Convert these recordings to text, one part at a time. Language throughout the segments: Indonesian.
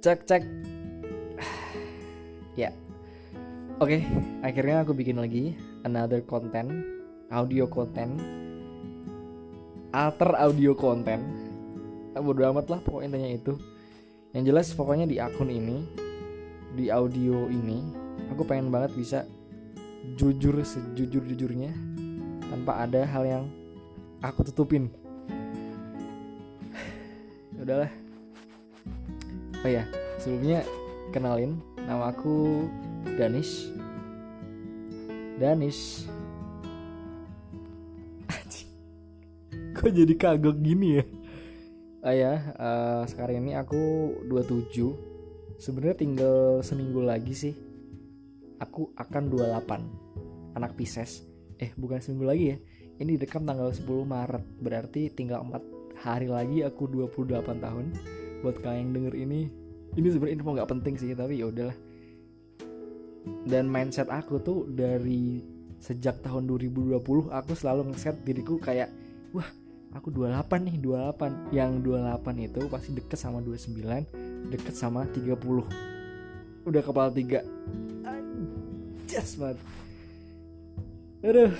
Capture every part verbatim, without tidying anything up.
Cek cek. Ya. Oke, akhirnya aku bikin lagi another content, audio content, alter audio content. Bodo amat lah pokoknya intinya itu. Yang jelas pokoknya di akun ini, di audio ini, aku pengen banget bisa jujur sejujur-jujurnya tanpa ada hal yang aku tutupin. Udahlah. Oh ya, sebelumnya kenalin, nama aku Danish. Danish. Kok jadi kagok gini ya? Oh ya, uh, sekarang ini aku dua puluh tujuh. Sebenarnya tinggal seminggu lagi sih aku akan dua puluh delapan. Anak Pisces. Eh, bukan seminggu lagi ya. Ini direkam tanggal sepuluh Maret. Berarti tinggal empat hari lagi aku dua puluh delapan tahun. Buat kalian yang denger ini, ini sebenarnya info gak penting sih, tapi ya udahlah. Dan mindset aku tuh dari sejak tahun dua ribu dua puluh aku selalu ngeset diriku kayak, wah, aku dua puluh delapan nih, dua puluh delapan. Yang dua puluh delapan itu pasti deket sama dua puluh sembilan, deket sama tiga puluh. Udah kepala tiga. Anjas banget. Aduh.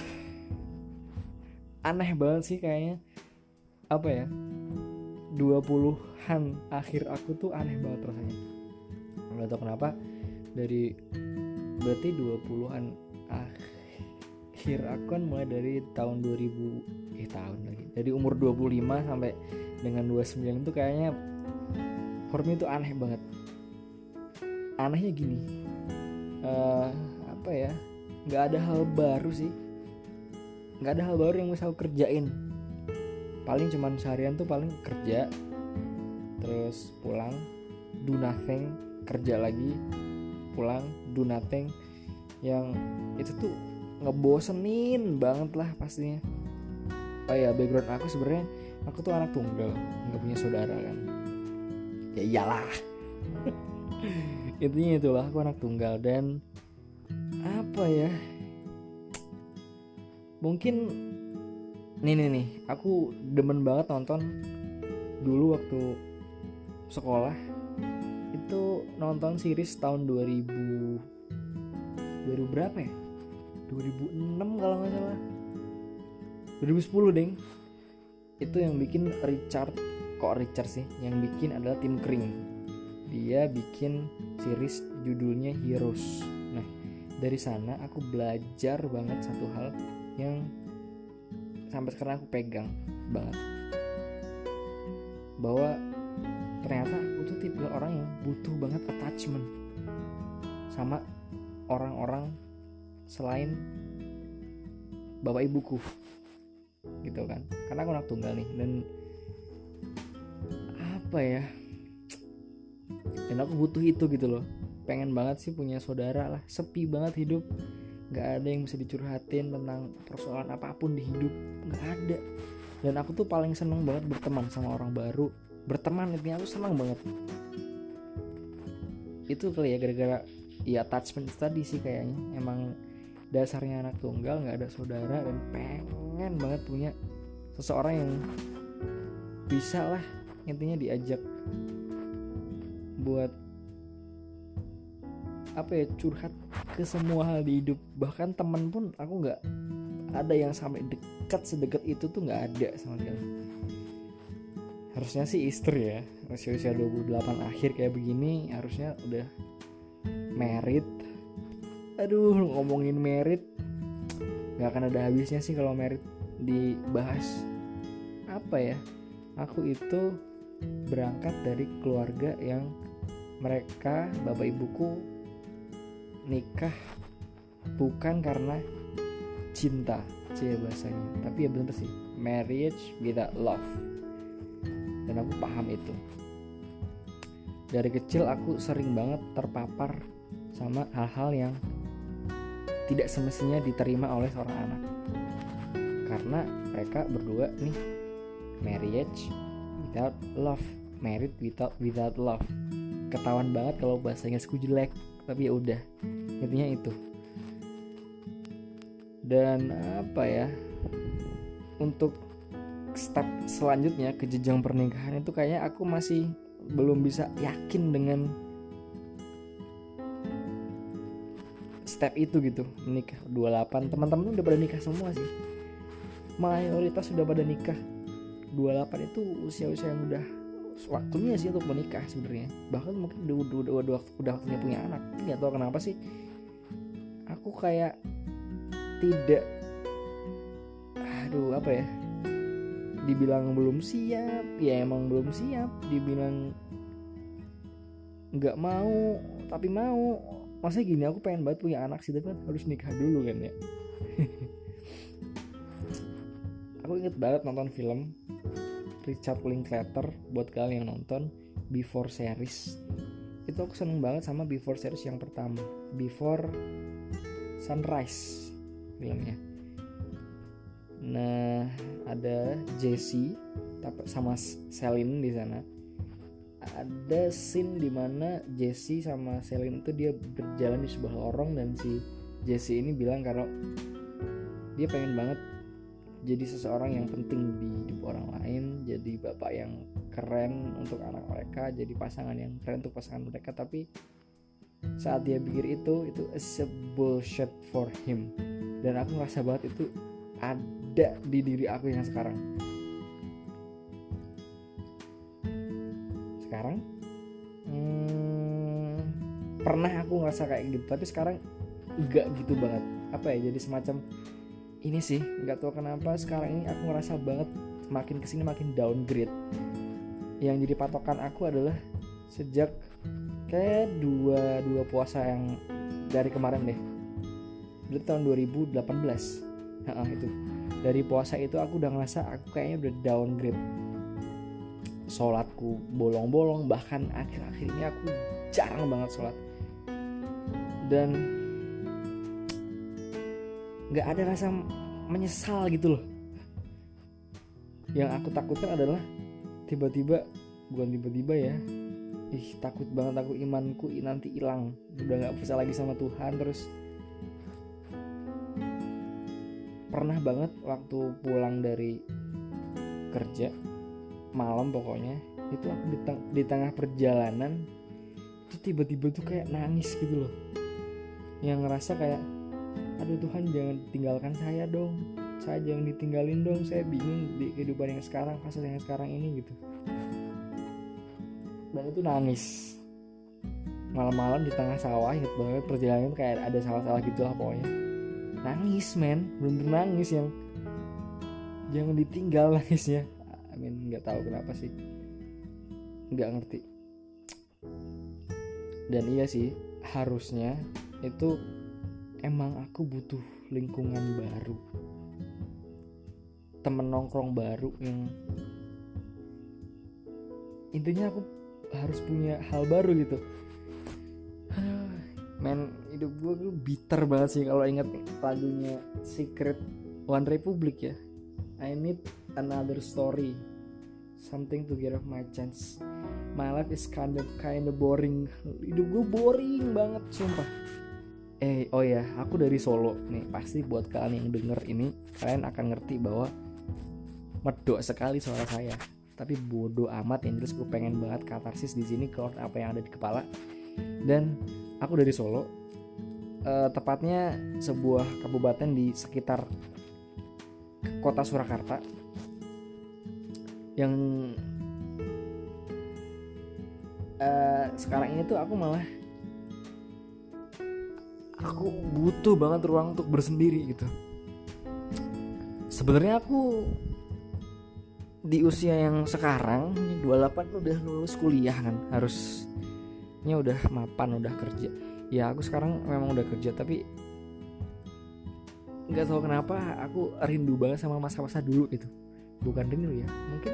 Aneh banget sih kayaknya. Apa ya? dua puluhan akhir aku tuh aneh banget rasanya. Enggak tahu kenapa dari berarti dua puluhan akhir aku kan mulai dari tahun dua ribu eh tahun lagi. Dari umur dua puluh lima sampai dengan dua puluh sembilan itu kayaknya for me itu aneh banget. Anehnya gini. Uh, apa ya? Enggak ada hal baru sih. Enggak ada hal baru yang bisa aku kerjain. Paling cuman seharian tuh paling kerja, terus pulang, do nothing, kerja lagi, pulang, do nothing. Yang itu tuh ngebosenin banget lah pastinya. Oh ya, background aku sebenarnya aku tuh anak tunggal, nggak punya saudara kan. Ya iyalah. Intinya itulah, aku anak tunggal. Dan apa ya, mungkin nih nih nih aku demen banget nonton dulu waktu sekolah itu, nonton series tahun dua ribu dua ribu berapa ya, dua ribu enam kalau nggak salah, dua ribu sepuluh deng. Itu yang bikin Richard, kok Richard sih, yang bikin adalah Tim Kring. Dia bikin series judulnya Heroes. Nah, dari sana aku belajar banget satu hal yang sampai sekarang aku pegang banget, bahwa ternyata aku tuh tipe orang yang butuh banget attachment sama orang-orang selain bapak ibuku gitu kan, karena aku anak tunggal nih. Dan apa ya, dan aku butuh itu gitu loh. Pengen banget sih punya saudara lah. Sepi banget hidup, gak ada yang bisa dicurhatin tentang persoalan apapun di hidup, gak ada. Dan aku tuh paling seneng banget berteman sama orang baru. Berteman intinya aku seneng banget. Itu kali ya, gara-gara ya attachment tadi sih kayaknya. Emang dasarnya anak tunggal, gak ada saudara, dan pengen banget punya seseorang yang bisa lah intinya diajak buat apa ya, curhat ke semua hal di hidup. Bahkan teman pun aku nggak ada yang sampai dekat sedekat itu tuh, nggak ada sama sekali. Harusnya sih istri ya, usia-usia dua puluh delapan akhir kayak begini harusnya udah married. Aduh, ngomongin married nggak akan ada habisnya sih kalau married dibahas. Apa ya, aku itu berangkat dari keluarga yang mereka, bapak ibuku nikah bukan karena cinta, cie bahasanya, tapi ya bener sih, marriage without love. Dan aku paham itu. Dari kecil aku sering banget terpapar sama hal-hal yang tidak semestinya diterima oleh seorang anak, karena mereka berdua nih marriage without love, married without without love. Ketahuan banget kalau bahasa Inggrisku jelek, tapi ya udah, intinya itu. Dan apa ya, untuk step selanjutnya ke jenjang pernikahan itu kayaknya aku masih belum bisa yakin dengan step itu gitu, menikah dua puluh delapan. Teman-teman udah pada nikah semua sih, mayoritas sudah pada nikah. Dua puluh delapan itu usia-usia yang udah waktunya sih untuk menikah sebenarnya. Bahkan mungkin udah udah udah, udah, udah waktunya punya anak. Nggak tahu kenapa sih aku kayak tidak, aduh apa ya, dibilang belum siap, ya emang belum siap. Dibilang nggak mau, tapi mau. Maksudnya gini, aku pengen banget punya anak sih, tapi kan harus nikah dulu kan ya. Aku inget banget nonton film Richard Linklater, buat kalian yang nonton Before series. Itu aku seneng banget sama Before series yang pertama, Before Sunrise filmnya. Nah, ada Jesse sama Celine di sana. Ada scene dimana Jesse sama Celine itu dia berjalan di sebuah lorong, dan si Jesse ini bilang kalau dia pengen banget jadi seseorang yang penting di hidup orang lain, jadi bapak yang keren untuk anak mereka, jadi pasangan yang keren untuk pasangan mereka. Tapi saat dia pikir itu, itu is a bullshit for him. Dan aku ngerasa banget itu ada di diri aku yang sekarang. Sekarang hmm, pernah aku ngerasa kayak gitu, tapi sekarang enggak gitu banget. Apa ya, jadi semacam ini sih, nggak tahu kenapa sekarang ini aku ngerasa banget makin kesini makin downgrade. Yang jadi patokan aku adalah sejak kayak dua dua puasa yang dari kemarin deh, dari tahun dua ribu delapan belas. Nah, itu dari puasa itu aku udah ngerasa aku kayaknya udah downgrade. Sholatku bolong-bolong, bahkan akhir-akhir ini aku jarang banget sholat. Dan nggak ada rasa menyesal gitu loh. Yang aku takutkan adalah tiba-tiba, bukan tiba-tiba ya, ih takut banget aku imanku nanti hilang, udah nggak percaya lagi sama Tuhan. Terus pernah banget waktu pulang dari kerja malam, pokoknya itu aku di, teng- di tengah perjalanan itu tiba-tiba tuh kayak nangis gitu loh, yang ngerasa kayak aduh Tuhan, jangan tinggalkan saya dong, saya jangan ditinggalin dong, saya bingung di kehidupan yang sekarang, fase yang sekarang ini gitu. Dan itu nangis malam-malam di tengah sawah. Ingat banget perjalanan kayak ada sawah-sawah gitu lah pokoknya. Nangis men, bener-bener nangis yang jangan ditinggal nangisnya. Amin, nggak tahu kenapa sih, nggak ngerti. Dan iya sih, harusnya itu emang aku butuh lingkungan baru, temen nongkrong baru, yang intinya aku harus punya hal baru gitu. Men, hidup gue tuh bitter banget sih kalau ingat lagunya Secret One Republic ya. I need another story, something to get off my chance. My life is kind of kind of boring. Hidup gue boring banget sumpah. Eh oh ya, aku dari Solo nih. Pasti buat kalian yang denger ini, kalian akan ngerti bahwa medok sekali suara saya. Tapi bodo amat, yang jelas gue pengen banget katarsis di sini, keluar apa yang ada di kepala. Dan aku dari Solo, eh, tepatnya sebuah kabupaten di sekitar kota Surakarta, yang uh, sekarang ini tuh aku malah aku butuh banget ruang untuk bersendiri gitu. Sebenarnya aku di usia yang sekarang dua puluh delapan udah lulus kuliah kan, harusnya udah mapan, udah kerja. Ya aku sekarang memang udah kerja, tapi nggak tahu kenapa aku rindu banget sama masa-masa dulu gitu. Bukan rindu ya, mungkin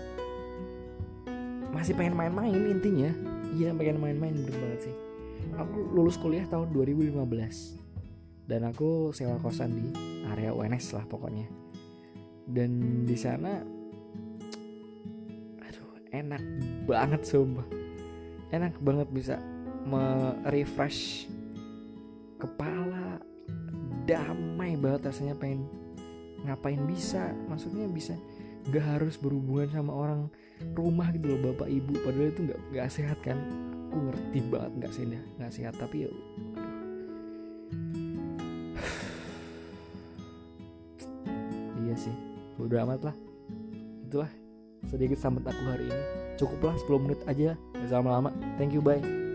masih pengen main-main intinya. Iya, pengen main-main, bener banget sih. Aku lulus kuliah tahun dua ribu lima belas dan aku sewa kosan di area U N S lah pokoknya. Dan di sana aduh enak banget sumpah. Enak banget, bisa me-refresh kepala, damai banget rasanya, pengen ngapain bisa, maksudnya bisa nggak harus berhubungan sama orang rumah gitu loh, bapak ibu, padahal itu nggak nggak sehat kan. Aku ngerti banget nggak sehat, nggak sehat, tapi ya iya sih, bodo amat lah. Itulah sedikit sambat aku hari ini. Cukuplah sepuluh menit aja, gak lama-lama. Thank you, bye.